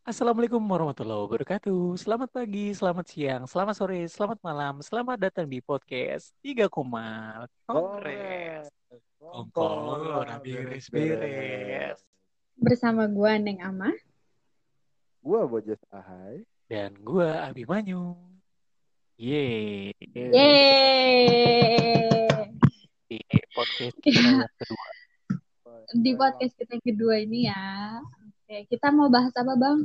Assalamualaikum warahmatullahi wabarakatuh. Selamat pagi, selamat siang, selamat sore, selamat malam. Selamat datang di podcast Tiga Koma Kongres. Kongres, Kongko, Kongkora, rabi beres-beres. beres-beres. Bersama gua Neng Ama. Gua Bojes Ahai. Dan gua Abimanyu. Yeay. Yeay. Di podcast kita yang kedua. Di podcast kita yang kedua ini ya. Oke, kita mau bahas apa, Bang?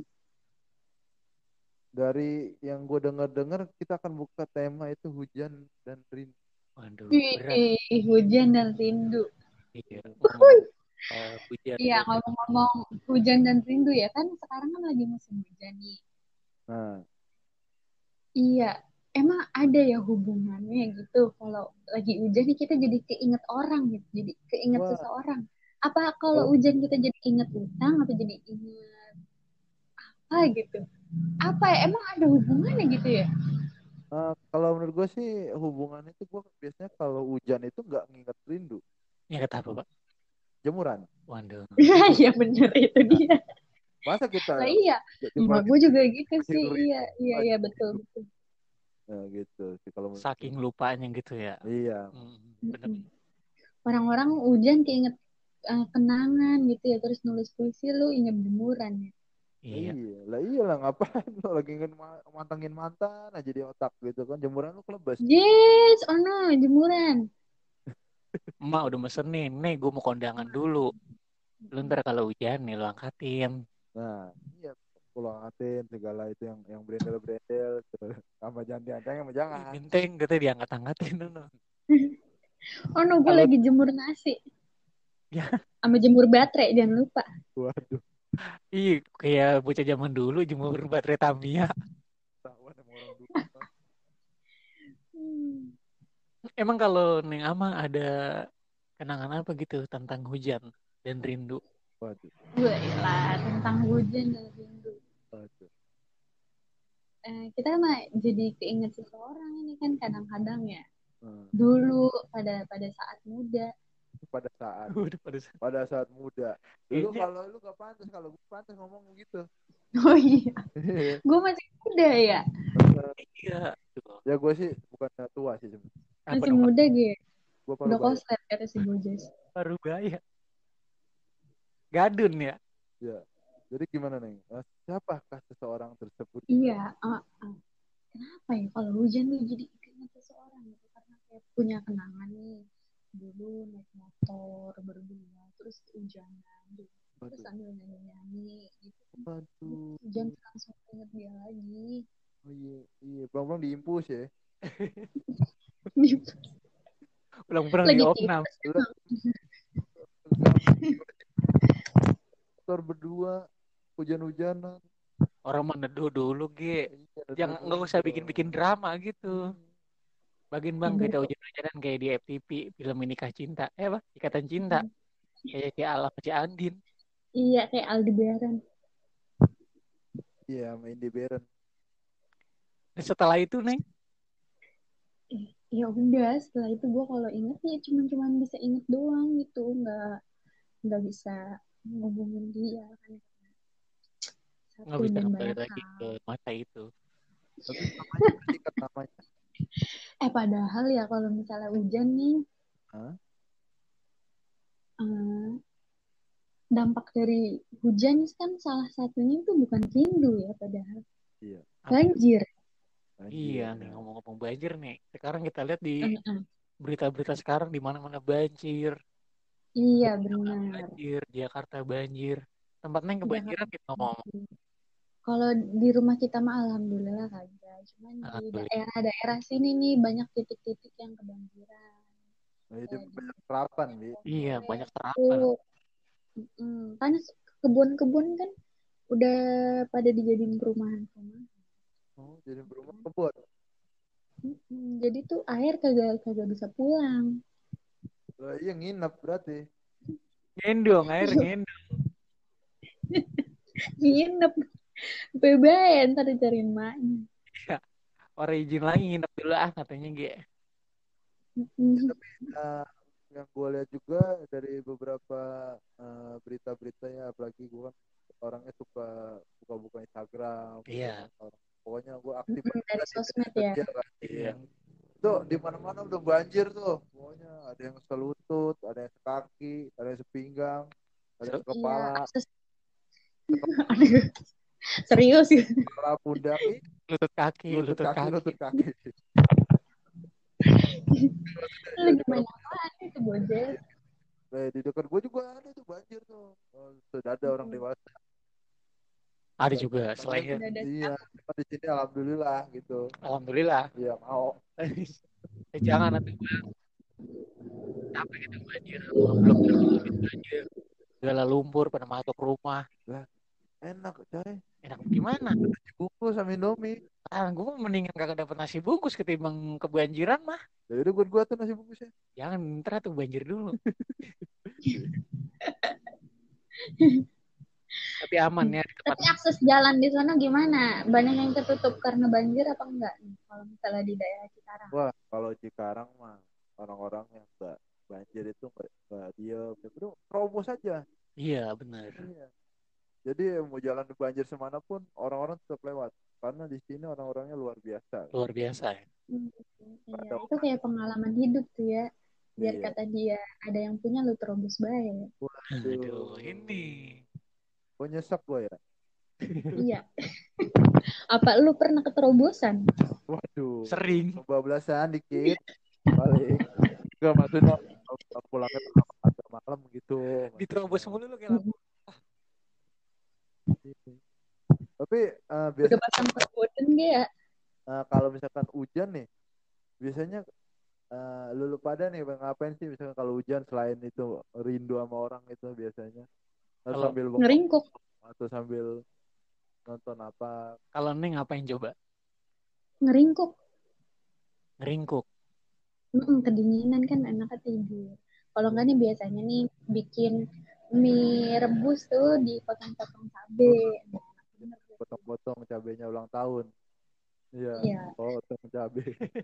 Dari yang gue dengar-dengar, kita akan buka tema itu hujan dan rindu. Waduh, berat. Wih, hujan dan rindu. Iya, ngomong hujan Iya, dan ngomong-ngomong hujan dan rindu ya kan sekarang kan lagi musim hujan nih. Nah, Iya, emang ada ya hubungannya gitu. Kalau lagi hujan nih kita jadi keinget orang gitu, jadi keinget wah, seseorang. Apa kalau kalau hujan kita jadi inget utang atau jadi inget apa gitu? Apa ya? Emang ada hubungannya gitu ya? kalau menurut gue sih hubungannya itu gue biasanya kalau hujan itu nggak nginget rindu, ya kata apa, Pak? jemuran. Waduh. Iya, iya bener itu Nah, dia. masa kita Lah iya, emak jemuran gue juga gitu masih sih. Iya, rindu iya, aja iya betul, rindu. betul. Nah, gitu sih kalau menurut gue. Saking lupanya gitu ya. Iya, Bener. Mm-mm. Orang-orang hujan keinget kenangan gitu ya, terus nulis puisi lu inget jemuran ya. Iya. iya lah ngapain lo lagi ingin mantengin mantan aja di otak gitu kan jemuran lu kelebas. Yes, oh no, jemuran. Emak udah mesen nih, gue mau kondangan dulu. Lu ntar kalau hujan nih lu angkatin. Nah, iya pulang atin segala itu yang berendel-berendel tuh. Sama jangan diancang sama Ih, jangan. genteng katanya diangkat-angkatin lu. Oh no, gue Kalau lagi jemur nasi. ya, Sama jemur baterai, jangan lupa. Waduh, ih kayak bocah zaman dulu jemur baterai Tamiya. tawan sama orang dulu. Hmm. Emang kalau Neng Ama ada kenangan apa gitu tentang hujan dan rindu? Waduh, Gue lah tentang hujan dan rindu. waduh. Kita mah jadi keinget seseorang ini kan kadang-kadang ya. Hmm. Dulu pada saat muda. Pada saat Udah pada pada saat muda. Dulu kayaknya kalau lu gak pantas, kalau gue pantas ngomong begitu. Oh iya, gue masih muda ya. iya. Tuh. Ya gue sih bukan tua sih sebenarnya. Apa Masih dong? muda gitu. Gue paruh Udah baya. koslet kata si Bojes. Baru gaya. Gadun ya. Ya. Jadi gimana nih? Siapakah seseorang tersebut? Iya, kenapa ya kalau hujan tuh jadi keinget seseorang gitu karena kayak punya kenangan nih dulu naik motor berdua terus hujanan gitu. Terus Waduh, sambil nyanyi-nyanyi gitu kan. Terus waduh. hujan langsung inget dia lagi. Oh iya, iya. Belum diimpus ya. Pulang-pulang di Lagi opnam. tipes Lu emang. motor berdua, hujan-hujanan. Orang meneduh dulu, Ge. Iya, ada Jangan nggak dulu usah bikin-bikin dong. drama gitu. Bagian bang Yang kita dulu hujan-hujanan kayak di FTV film Menikah Cinta. Apa? Ikatan Cinta. Kayak si Al sama si Andin. iya kayak Aldebaran. Iya, main di Beren. Dan setelah itu, Neng, Ya udah setelah itu gue kalau inget ya cuman bisa inget doang gitu nggak bisa ngomongin dia kan nggak satu bisa dan kembali banyak lagi ke hal. masa itu. Tapi namanya masih ingat namanya. Padahal ya kalau misalnya hujan nih, Hah? eh, dampak dari hujan kan salah satunya itu bukan rindu ya, padahal Iya, Apa tuh? banjir. Iya banjir. nih ngomong-ngomong banjir nih. Sekarang kita lihat di Heeh. berita-berita sekarang di mana-mana banjir. Iya benar. Banjir, Jakarta banjir. Tempat Neng kebanjiran Jakarta. gitu ngomong. Kalau di rumah kita mah alhamdulillah kagak. Cuman di Alhamdulillah. daerah-daerah sini nih banyak titik-titik yang kebanjiran. Nah, itu Kayak di banyak serapan, Bi. Iya, komplek banyak serapan. tuh. Kan kebun-kebun kan udah pada dijadiin perumahan-perumahan. Oh, jadi berumah kebun. Jadi tuh air kagak kagak bisa pulang. Iya, nginep berarti. Ngendong, air ngendong. Nginep. Bebae ntar dicariin maknya. Ya, orang izin lagi nginep dulu ah katanya G. Ya, Mm-mm. tapi yang gue lihat juga dari beberapa berita-beritanya, apalagi gue kan orangnya suka buka-buka Instagram gitu Iya. kan. Pokoknya gue aktif banget Dari lah di media sosmed ya. sosial kan. Iya. Itu di mana-mana udah banjir tuh. Pokoknya ada yang selutut, ada yang sekaki, ada yang sepinggang, ada yang So, Iya, sekepala, akses. Aduh, serius gitu. kepala pundak, lutut kaki, lutut lutut kaki, kaki. lutut kaki. Lagi main apaan itu Gojek? Di dekat gue juga ada tuh banjir tuh. Sudah ada orang dewasa. Ada juga Tapi selain Udah ada iya, cuma di sini alhamdulillah gitu. alhamdulillah. Iya mau. Jangan nanti capek gitu banjir. Belum habis banjir. Segala lumpur pada masuk rumah. Lah, enak coy. Enak gimana? Bungkus sama Indomie. Ah, gue mendingan kagak dapet nasi bungkus ketimbang kebanjiran mah. Jadi udah buat gua tuh nasi bungkusnya. Jangan ntar tuh banjir dulu. Tapi aman ya di tempat. Tapi akses jalan di sana gimana? Banyak yang ketutup karena banjir apa enggak nih? Kalau misalnya di daerah Cikarang. Wah, kalau Cikarang mah orang-orang yang nggak banjir itu nggak diem, ya udah terobos aja. Iya benar. Iya. Jadi mau jalan di banjir semanapun orang-orang tetap lewat karena di sini orang-orangnya luar biasa. Luar biasa ya. Iya, Ada itu kayak pengalaman hidup tuh ya. Biar iya. kata dia, ada yang punya lu terobos baik. Aduh, ini. Kok nyesek gua ya? Iya. Apa lu pernah keterobosan? Waduh. Sering. Kebablasan dikit balik. Gak maksudnya pulangnya tengah malam gitu. Diterobos mulu lu kayak lampu. Tapi Udah biasanya pasang perboden gak ya? kalau misalkan hujan nih, biasanya lu pada nih ngapain sih misalkan kalau hujan selain itu rindu sama orang itu biasanya atau Kalau sambil bengong Ngeringkuk. atau sambil nonton apa? kalau Neng ngapain coba? Ngeringkuk. Ngeringkuk. Kedinginan kan enaknya tidur. Kalau enggak nih biasanya nih bikin mie rebus tuh dipotong-potong cabe. Bener tuh. Potong-potong cabenya ulang tahun. Iya, Iya. potong cabe.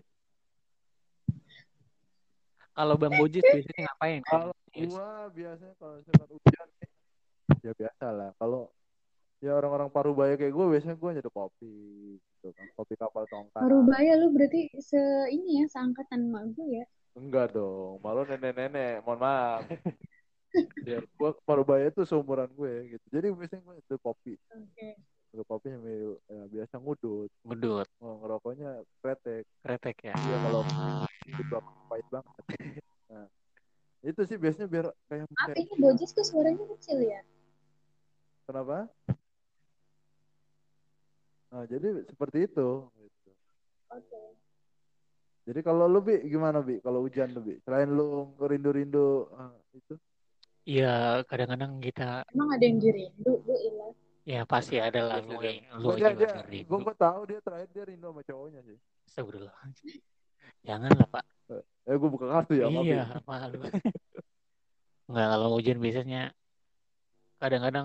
Kalau Bang Bojis biasanya ngapain? Kalau Yes. gua biasanya kalau misalkan hujan nih, ya biasa lah. Kalau ya orang-orang Parubaya kayak gue biasanya gue nyeduh kopi gitu kan, kopi kapal tongkat. Parubaya lu berarti ini ya seangkatan sama gue ya. Enggak dong, malu nenek-nenek, mohon maaf. Ya, gue Parubaya itu seumuran gue gitu. Jadi biasanya gue nyeduh kopi. Oke. Nyeduh kopi sambil ya, biasa ngudut. Ngedut, Ngerokoknya kretek. kretek ya. Iya kalau itu bakal pahit banget. Nah, itu sih biasanya biar kayak Apa ini Bojis tuh suaranya kecil ya? kenapa? Nah, jadi seperti itu. Gitu. Oke. Jadi kalau lu Bi, gimana Bi? Kalau hujan lu Bi? Selain lu rindu-rindu itu? Iya, kadang-kadang kita Emang ada yang dirindu, Bu Ila? ya pasti ada lah Biasa lu, dia. lu Enggak, aja dia nggak gue rindu. tahu dia terakhir dia rindu sama cowoknya sih. Astagfirullah. Janganlah Pak. Gue buka kartu ya, maaf Iya, ya. malu. Nggak, kalau hujan biasanya kadang-kadang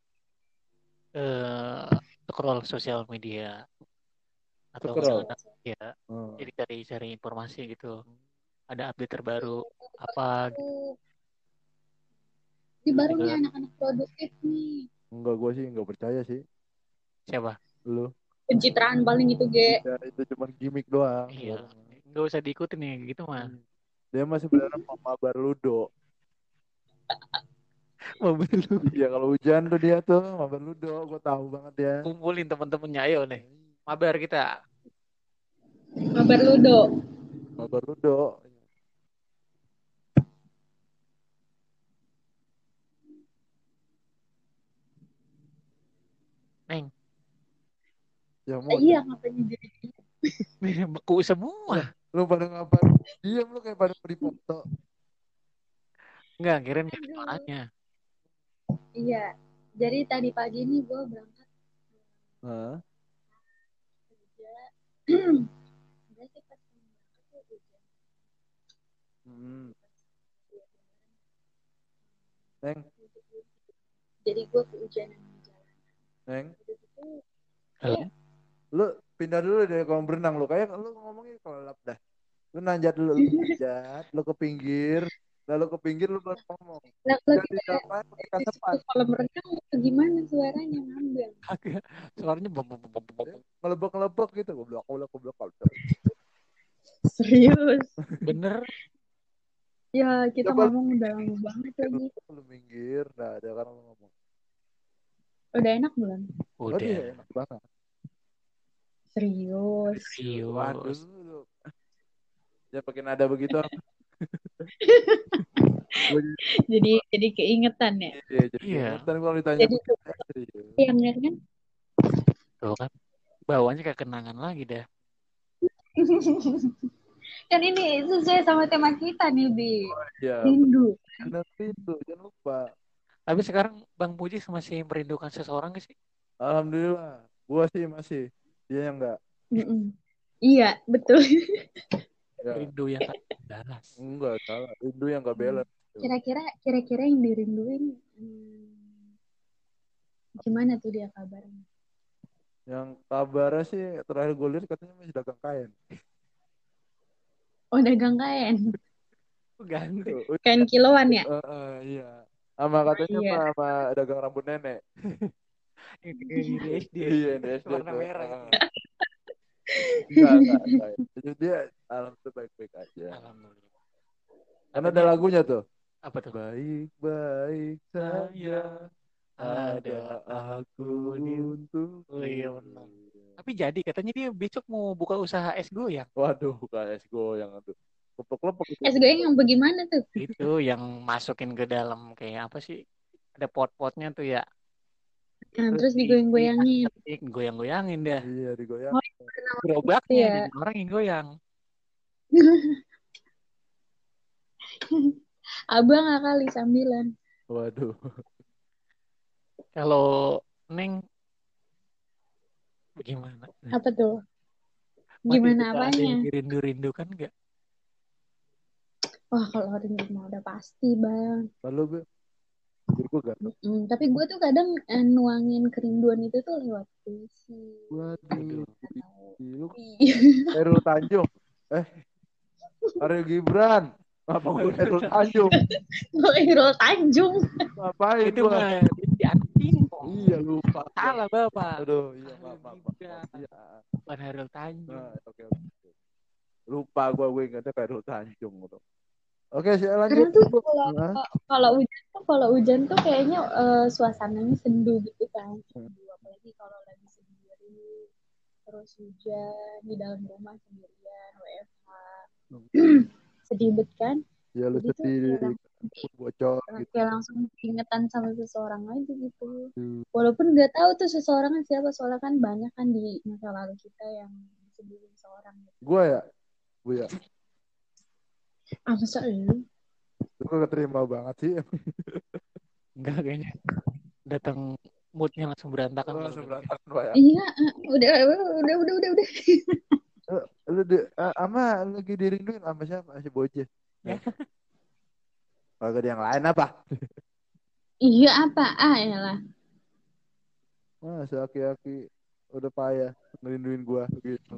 scroll sosial media atau Scroll. kadang-kadang ya Hmm. jadi cari-cari informasi gitu. Ada update terbaru apa gitu. Ini baru Juga nih anak-anak produktif nih. Enggak, gue sih enggak percaya sih. siapa? Lu. Pencitraan paling itu, Ge. Ya, itu cuma gimmick doang. Iya, nggak usah diikutin nih gitu mah. Dia masih sebenarnya mau mabar ludo. Mau belum Iya, kalau hujan tuh dia tuh mabar ludo. Gue tahu banget dia. kumpulin temen-temennya ayo nih. Mabar kita. Kabar Ludo. Mabar ludo. Neng, Ya mau. Iya, ngapain jadi beku semua. Lu pada ngapain? Diam lu kayak pada mau dipoto. Enggak, kirain dari Aduh. suaranya. Iya. Jadi tadi pagi nih gue berangkat Hah? kerja. Udah sih pas berangkat tuh hujan. Hmm. Neng, Jadi gue kehujanan di jalan. Neng. Udah gitu, Halo? ya, Lu pindah dulu deh kolam berenang lu. Kayak lu ngomongnya kelelap dah. Lu nanjat dulu, lu nanjat, lu ke pinggir, Lalu ke pinggir lu baru ngomong. Nah, kalau Jadi kita jalan tekan di depan. situ kolam renang itu gimana suaranya ngambang? Agak suaranya Ngelebek-ngelebek gitu. Goblok. Serius. bener. Ya, kita Coba ngomong udah lama banget lagi. lu minggir. Nah, ada kan lu ngomong. Udah enak belum? Oh dia Udah enak banget. Serius. Waduh. serius. Ya pakai nada begitu. Gua Jadi keingetan ya. jadi Iya, keingetan kalau ditanya Jadi begitu. Serius. yang kan? tuh kan bawanya kayak kenangan lagi dah. Kan ini sesuai sama tema kita nih, Bi. Ya, Rindu. benar itu. Jangan lupa. Tapi sekarang Bang Puji masih merindukan seseorang gak sih? Alhamdulillah. Gua sih masih. Dia yang enggak. Mm-mm. Iya, betul. Ya, Rindu yang tak balas. enggak salah. Itu yang enggak beler. Kira-kira yang dirinduin gimana tuh dia kabarnya? Yang kabarnya sih terakhir gue lihat katanya masih dagang kain. Oh, dagang kain. Ganti. Kain kiloan ya? Iya. Sama katanya Iya. sama dagang rambut nenek. Yang di SD Iya, di SD warna tuh. merah gitu. Enggak. Jadi dia alhamdulillah baik-baik aja. Alhamdulillah. Karena ada Katanya lagunya tuh. apa tuh? Baik-baik saja ada aku untuk. Oh iya benar. Tapi jadi katanya dia besok mau buka usaha es goyang. Waduh, bukan es goyang tuh. Lepek-lepek itu. Es goyang yang bagaimana tuh? Itu yang masukin ke dalam kayak apa sih? Ada pot-potnya tuh ya. Nah, Terus terus digoyang-goyangin. goyang-goyangin dah. Iya, digoyang. Oh, kenal gitu Gerobaknya ya. dan orang yang goyang. Abang nggak kali sambilan. Waduh. Kalau Neng bagaimana? Apa tuh? Masih Gimana suka ada apanya? yang dirindu-rindukan nggak? Wah, kalau rindu mah udah pasti, Bang. Lalu Be, bibir gue gatel. Tapi gue tuh kadang nuangin kerinduan itu tuh lewat puisi. Waduh. Aduh. Atau Lu iya. Khairul Tanjung. Eh, Ariel Gibran. Apa gue Khairul Tanjung? Khairul Tanjung. Ngapain Itu gue? mah di anak singkong. Iya, lupa. Salah Bapak. Aduh, iya, Ariel maaf. Gibran, Iya. bukan Hairil Tanjung. Nah, oke. Lupa gue ingatnya Khairul Tanjung. Gitu. Oke, saya lanjut. Karena tuh Hah? kalau hujan tuh kayaknya suasananya sendu gitu kan. Sendu, apalagi kalau lagi sendiri, terus hujan di dalam rumah sendirian, WFH. Sedih banget kan? Ya lu Jadi tuh sedih bocor gitu. kayak langsung keingetan sama seseorang aja gitu. Walaupun nggak tahu tuh seseorang siapa, soalnya kan banyak kan di masa lalu kita yang disedihin seorang gitu. Gue ya, gue ya. Ah, masa lu? Gue keterima banget sih. Enggak kayaknya. Datang moodnya langsung berantakan Gue kalau langsung udah begitu. berantakan gue ya. Iya, udah. Lu ama lagi dirinduin sama siapa? Si Boje. Ya. Kalau ada yang lain apa? Iya apa? Ah, ya lah. Si aki-aki udah payah ngerinduin gua gitu.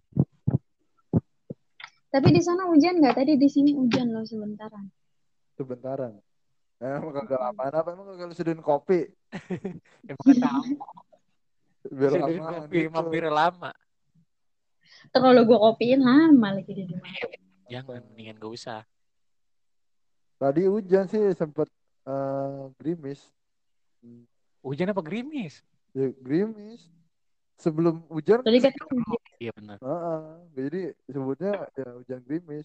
Tapi di sana hujan nggak? Tadi di sini hujan loh sebentaran. Sebentaran. Emang kagak apa-apa, emang kagak lu seduhin kopi. Emang kan tahu. Biar Seduhin lama kopi gitu. mampir lama. Terus kalau gue kopiin lama lagi di rumah. Jangan, mendingan gak usah. Tadi hujan sih sempet gerimis. Hujan apa gerimis? Ya, gerimis. Sebelum hujan Tadi kan hujan. Iya benar. jadi sebutnya ya hujan gerimis.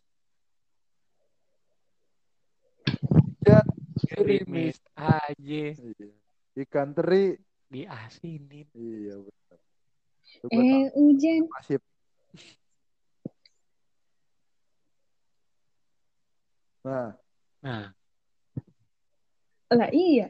Hujan Gerimis aja iya. Ikan teri. diasinin. Iya benar. Coba Hujan. masif. Nah, Lah iya.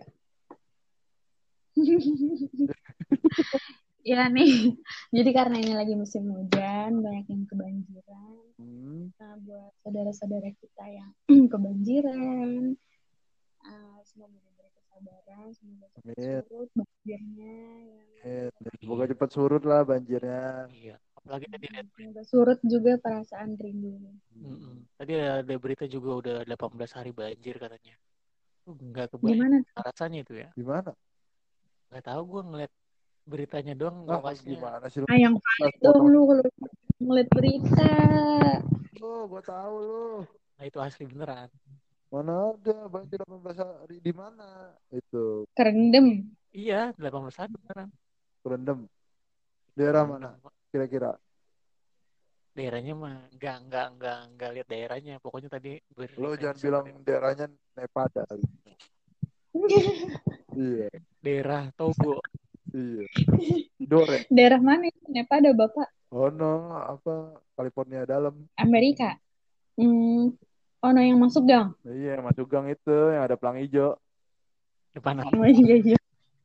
Ya nih, jadi karena ini lagi musim hujan, banyak yang kebanjiran. Nah, buat saudara-saudara kita yang kebanjiran, semoga diberi kesabaran, semoga cepat Amin. surut banjirnya. Semoga cepat surut lah banjirnya. iya. Lagi tadi lihat Semoga surut juga perasaan rindunya. Tadi ada berita juga udah 18 hari banjir katanya. Nggak kebayang Gimana tuh? rasanya itu ya. Gimana? Nggak tahu gue ngeliat beritanya doang Ah, lokasinya. gimana sih lu? Ah, yang valid dong Potong. lu kalau ngeliat berita. Oh, gua tahu lu. Nah itu asli beneran. Mana ada banjir 18 hari di mana? Itu Kerendam. Iya 18 hari beneran. kerendam. Daerah mana? Kerendam. Kira-kira. Daerahnya mah nggak lihat daerahnya. Pokoknya tadi Lo beritanya jangan bilang seperti daerahnya Nevada. Iya, daerah Togo. iya. Dore. Daerah mana itu? Nevada, Bapak? Oh no, apa California dalam. Amerika. Oh, no, yang masuk gang. Iya, yang masuk gang itu yang ada pelang hijau. Depan Oh, iya, iya.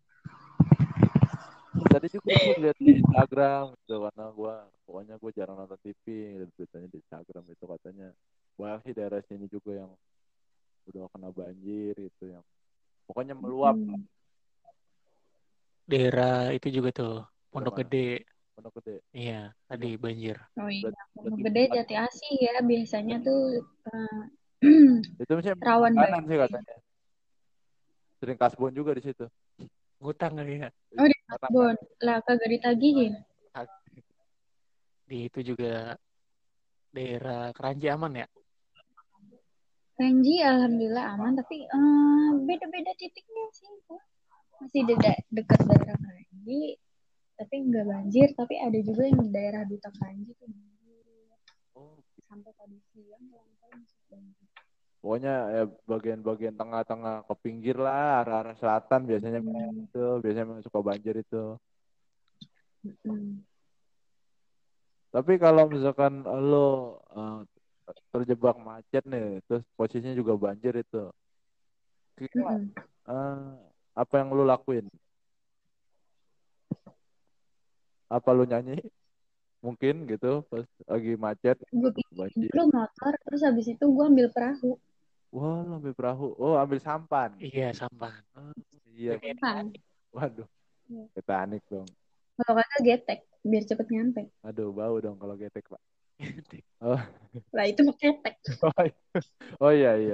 Tadi juga gue lihat di Instagram gitu karena gue pokoknya gue jarang nonton TV, lihat beritanya di Instagram itu katanya banyak sih daerah sini juga yang udah kena banjir itu yang pokoknya meluap lah. Hmm. daerah itu juga tuh Daerah Pondok mana? Gede. Pondok Gede. Iya tadi Pondok banjir. Oh iya, berarti, Pondok berarti Gede Jati Asih ya biasanya tuh eh, itu misalnya rawan makanan sih banjir. katanya. Sering kasbon juga di situ. Ngutang kali ya. Oh, di Pernah kan? Kasbon. Lah kagak ditagihin. Di itu juga daerah Keranji aman ya. Renji alhamdulillah aman, tapi beda-beda titiknya sih. Masih dekat daerah Renji, tapi nggak banjir. Tapi ada juga yang di daerah Duta Kanji tuh banjir. Oh, Sampai tadi siang kalau masih banjir. pokoknya ya bagian-bagian tengah-tengah ke pinggir lah, arah-arah selatan biasanya Hmm. itu biasanya memang suka banjir itu. Hmm. Tapi kalau misalkan lo terjebak macet nih, terus posisinya juga banjir itu, kira Hmm. apa yang lo lakuin? Apa lo nyanyi? Mungkin gitu pas lagi macet, Gue bikin banjir. dulu motor, terus habis itu gue ambil perahu. Wah, lo ambil perahu. Oh, ambil sampan. Iya sampah. Ah, iya, Udah kayak Simpan. waduh, Ya. Titanic dong. Kalau kagak getek, biar cepet nyampe. Aduh, bau dong kalau getek, Pak. Oh, Lah itu mah ketek. oh iya, iya.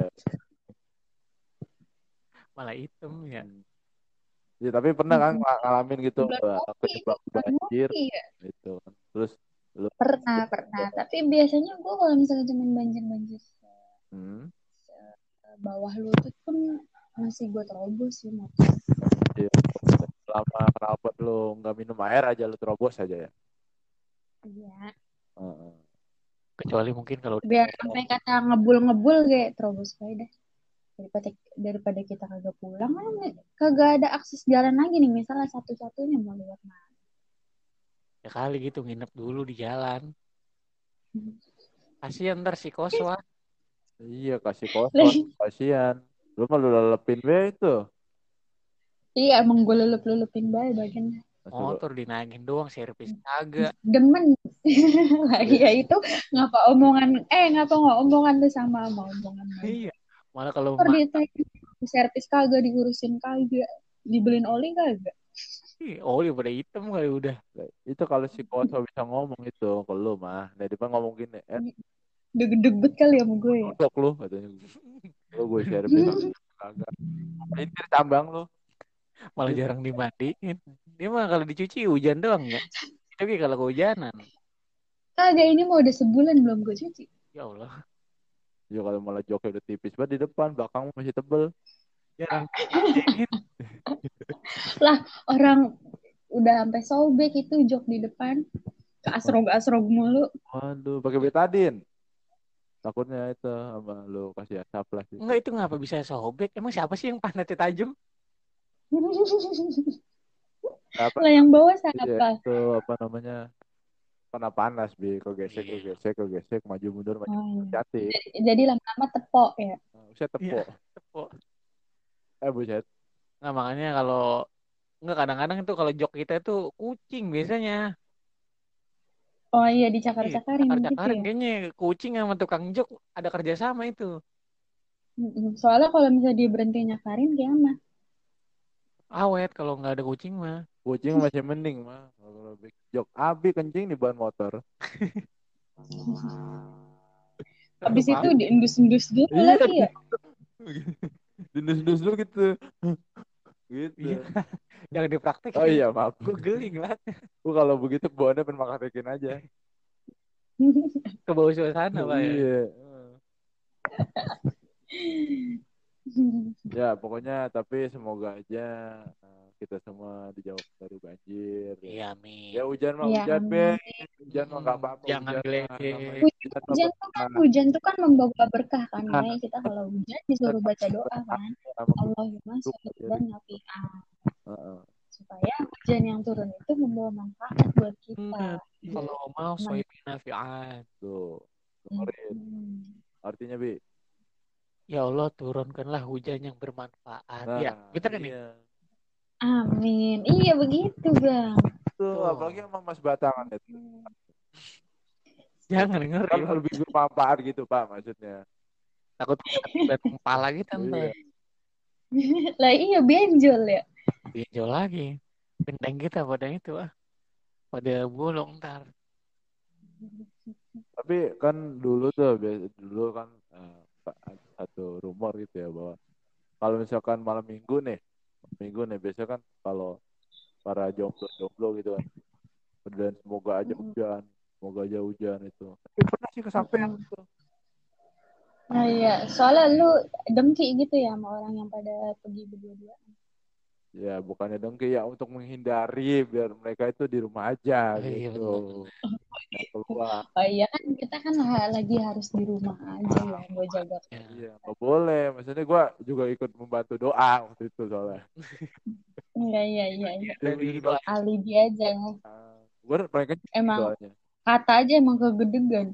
malah hitam ya. Hmm. Ya, tapi pernah kan ngalamin gitu Bulan kopi itu kejebak bulan banjir kopi ya. gitu kan. Terus lu Pernah. Tapi biasanya gue kalau misalnya cuma banjir-banjir hmm, bawah lutut pun masih gue terobos sih motor. iya, selama knalpot lu nggak minum air aja lu terobos aja ya. Iya. Heeh. Kecuali mungkin kalau Biar sampai kata ngebul-ngebul kayak terobos aja dah. Daripada kita kagak pulang kan kagak ada akses jalan lagi nih misalnya satu-satunya mau lewat mana. ya kali gitu nginep dulu di jalan. Kasihan ntar si Koswa. Iya kasih kosong kasihan. Lu mah lu lelepin be itu. Iya emang gue lelep-lelepin bagian Suruh Motor dinaikin doang servis kagak. demen lagi iya, ya itu ngapa nggak omongan tuh sama omongan lagi Iya. Malah kalau motor ditanya servis kagak diurusin kagak dibeliin oli kagak oli pada hitam kali udah. itu kalau si kosong bisa ngomong itu ke lu mah. Nah, dia ngomong gini, deg-deget kali sama gue ya cocok lu katanya. Lu gue servis kagak. Ini tambang lu. Malah jarang dimandiin. Dia mah kalau dicuci hujan doang ya. Tapi kalau kehujanan, kagak ini mau udah sebulan belum gue cuci ya Allah, Ya kalau malah joknya udah tipis banget di depan, belakang masih tebel. jarang dicuciin. lah orang udah sampai sobek itu jok di depan keasrog-asrog mulu Waduh, pakai betadin. Takutnya itu sama lu kasih asap lah situ. Enggak itu ngapa bisa sobek? Emang siapa sih yang pantatnya tajam? Apa? lah yang bawa Iya, siapa itu apa namanya? Kena panas, bi. Iya, Kok gesek, maju oh, mundur, iya. hati. Jadi lama-lama tepok ya Saya iya. tepuk. Tepuk. Buset. Nggak makanya kalau nggak kadang-kadang itu kalau jok kita itu kucing biasanya. oh iya Iya, dicakar-cakarin gitu cakar-cakarin ya kayaknya kucing sama tukang jok ada kerjasama itu. Soalnya kalau misalnya dia berhenti nyakarin kayak mah awet kalau nggak ada kucing mah. Kucing masih mending mah. Kalau jok abi kencing di ban motor. Habis Tetep itu diendus-endus dulu Iya, lagi ya. dindus-dindus dulu gitu. Gitu. Iya, jangan Oh dipraktekin. iya, maaf. Gue geling lah Gua kalau begitu bawaannya pengen praktekin aja. ke bawah suasana pak ya. Iya. Ya, pokoknya tapi semoga aja kita semua dijauh dari banjir. Ya, Iya ya amin. hujan mah Iya, hujan, Be. amin. Hujan mah nggak apa-apa. Jangan Hujan mah namanya geledek. hujan mah berkah. Hujan tuh kan membawa berkah kan Nah, ya. Kita kalau hujan disuruh baca doa kan. sama Allahumma bentuk sholli dari wa nafi'an. Heeh. Supaya hujan yang turun itu membawa manfaat buat kita. Bener. Kalau mau Men- soal nafian. Tuh, dengerin. Hmm. Artinya, Bi. Ya Allah turunkanlah hujan yang bermanfaat. Nah, Ya, betul kan nih? iya. Amin. Iya begitu bang. Tuh, Tuh. apalagi sama Mas Batangan itu. Jangan ngeri Kan Pak. lebih bermanfaat gitu, Pak, maksudnya. Takut kena kepala gitu ntar. Iya. Lah iya benjol ya. Pinjol lagi. Benteng kita pada itu ah. Pada bolong ntar. Tapi kan dulu tuh, dulu kan ada satu rumor gitu ya bahwa kalau misalkan malam minggu nih biasanya kan kalau para jomblo-jomblo gitu kan, dan semoga aja hujan itu. Tapi pernah sih kesampaian tuh. Nah iya, soalnya lu dengki gitu ya sama orang yang pada pergi berdua-dua. Ya bukannya dengki ya untuk menghindari biar mereka itu di rumah aja Iya gitu. benar. Yang keluar. Oh iya kan kita kan lagi harus di rumah aja ya buat jaga. Iya, nggak boleh. Maksudnya gue juga ikut membantu doa waktu itu soalnya. Iya. Dari doa. Alibi aja. Gue mereka Emang doanya. kata aja emang kegedegan.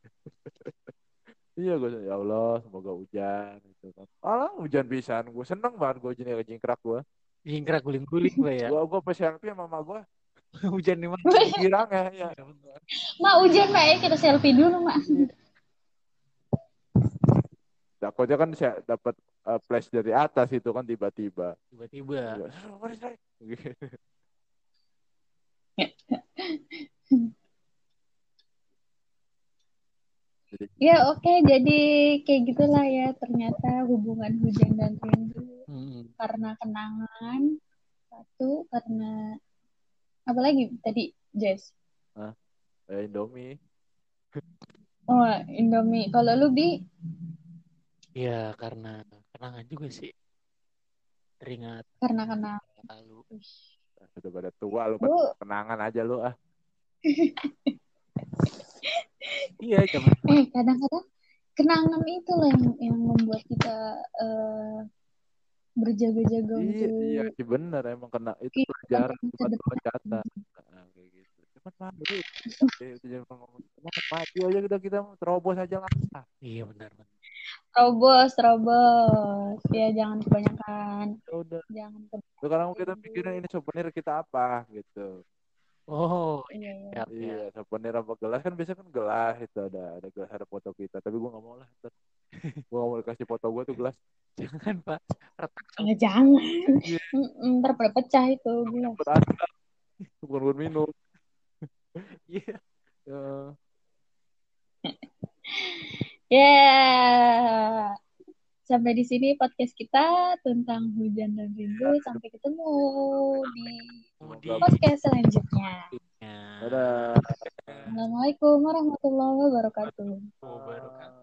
Iya gue ya Allah semoga hujan gitu kan. Alah hujan pisan. Gue seneng banget gue jingkrak gue. Jingkrak guling-guling Pak ya. Gue pas selfie sama mama gue. Hujan di mana? Girang ya. Ya. Mak hujan Mak ya kita selfie dulu Mak. Takutnya kan saya dapat flash dari atas itu kan tiba-tiba. Tiba-tiba. Ya oke, jadi kayak gitulah ya ternyata hubungan hujan dan rindu karena kenangan satu karena apa lagi tadi Jess? Indomie. Oh Indomie. Kalau lu Bi? Ya karena kenangan juga sih. Teringat Karena kenangan. lalu. Sudah pada tua lu kenangan aja lu ah. Iya zaman. Kadang-kadang kenangan itu lah yang membuat kita berjaga-jaga untuk Iya sih benar emang kena itu pelajaran buat catat kayak gitu. Cuman maju jangan ngomong maju aja kita terobos aja lah. Iya benar. terobos ya jangan kebanyakan. Ya udah. Jangan Sekarang kita pikirin ini souvenir kita apa gitu. Oh iya. Souvenir apa gelas kan biasanya kan gelas itu ada gelas ada foto kita tapi gue nggak mau lah gue nggak mau dikasih foto gue tuh gelas. Jangan Pak. Jangan. Ntar pada pecah itu gelas. Bukan buat minum. Iya. Ya. Sampai di sini podcast kita tentang hujan dan rindu. Sampai ketemu di podcast selanjutnya. Dadah. Assalamualaikum warahmatullahi wabarakatuh.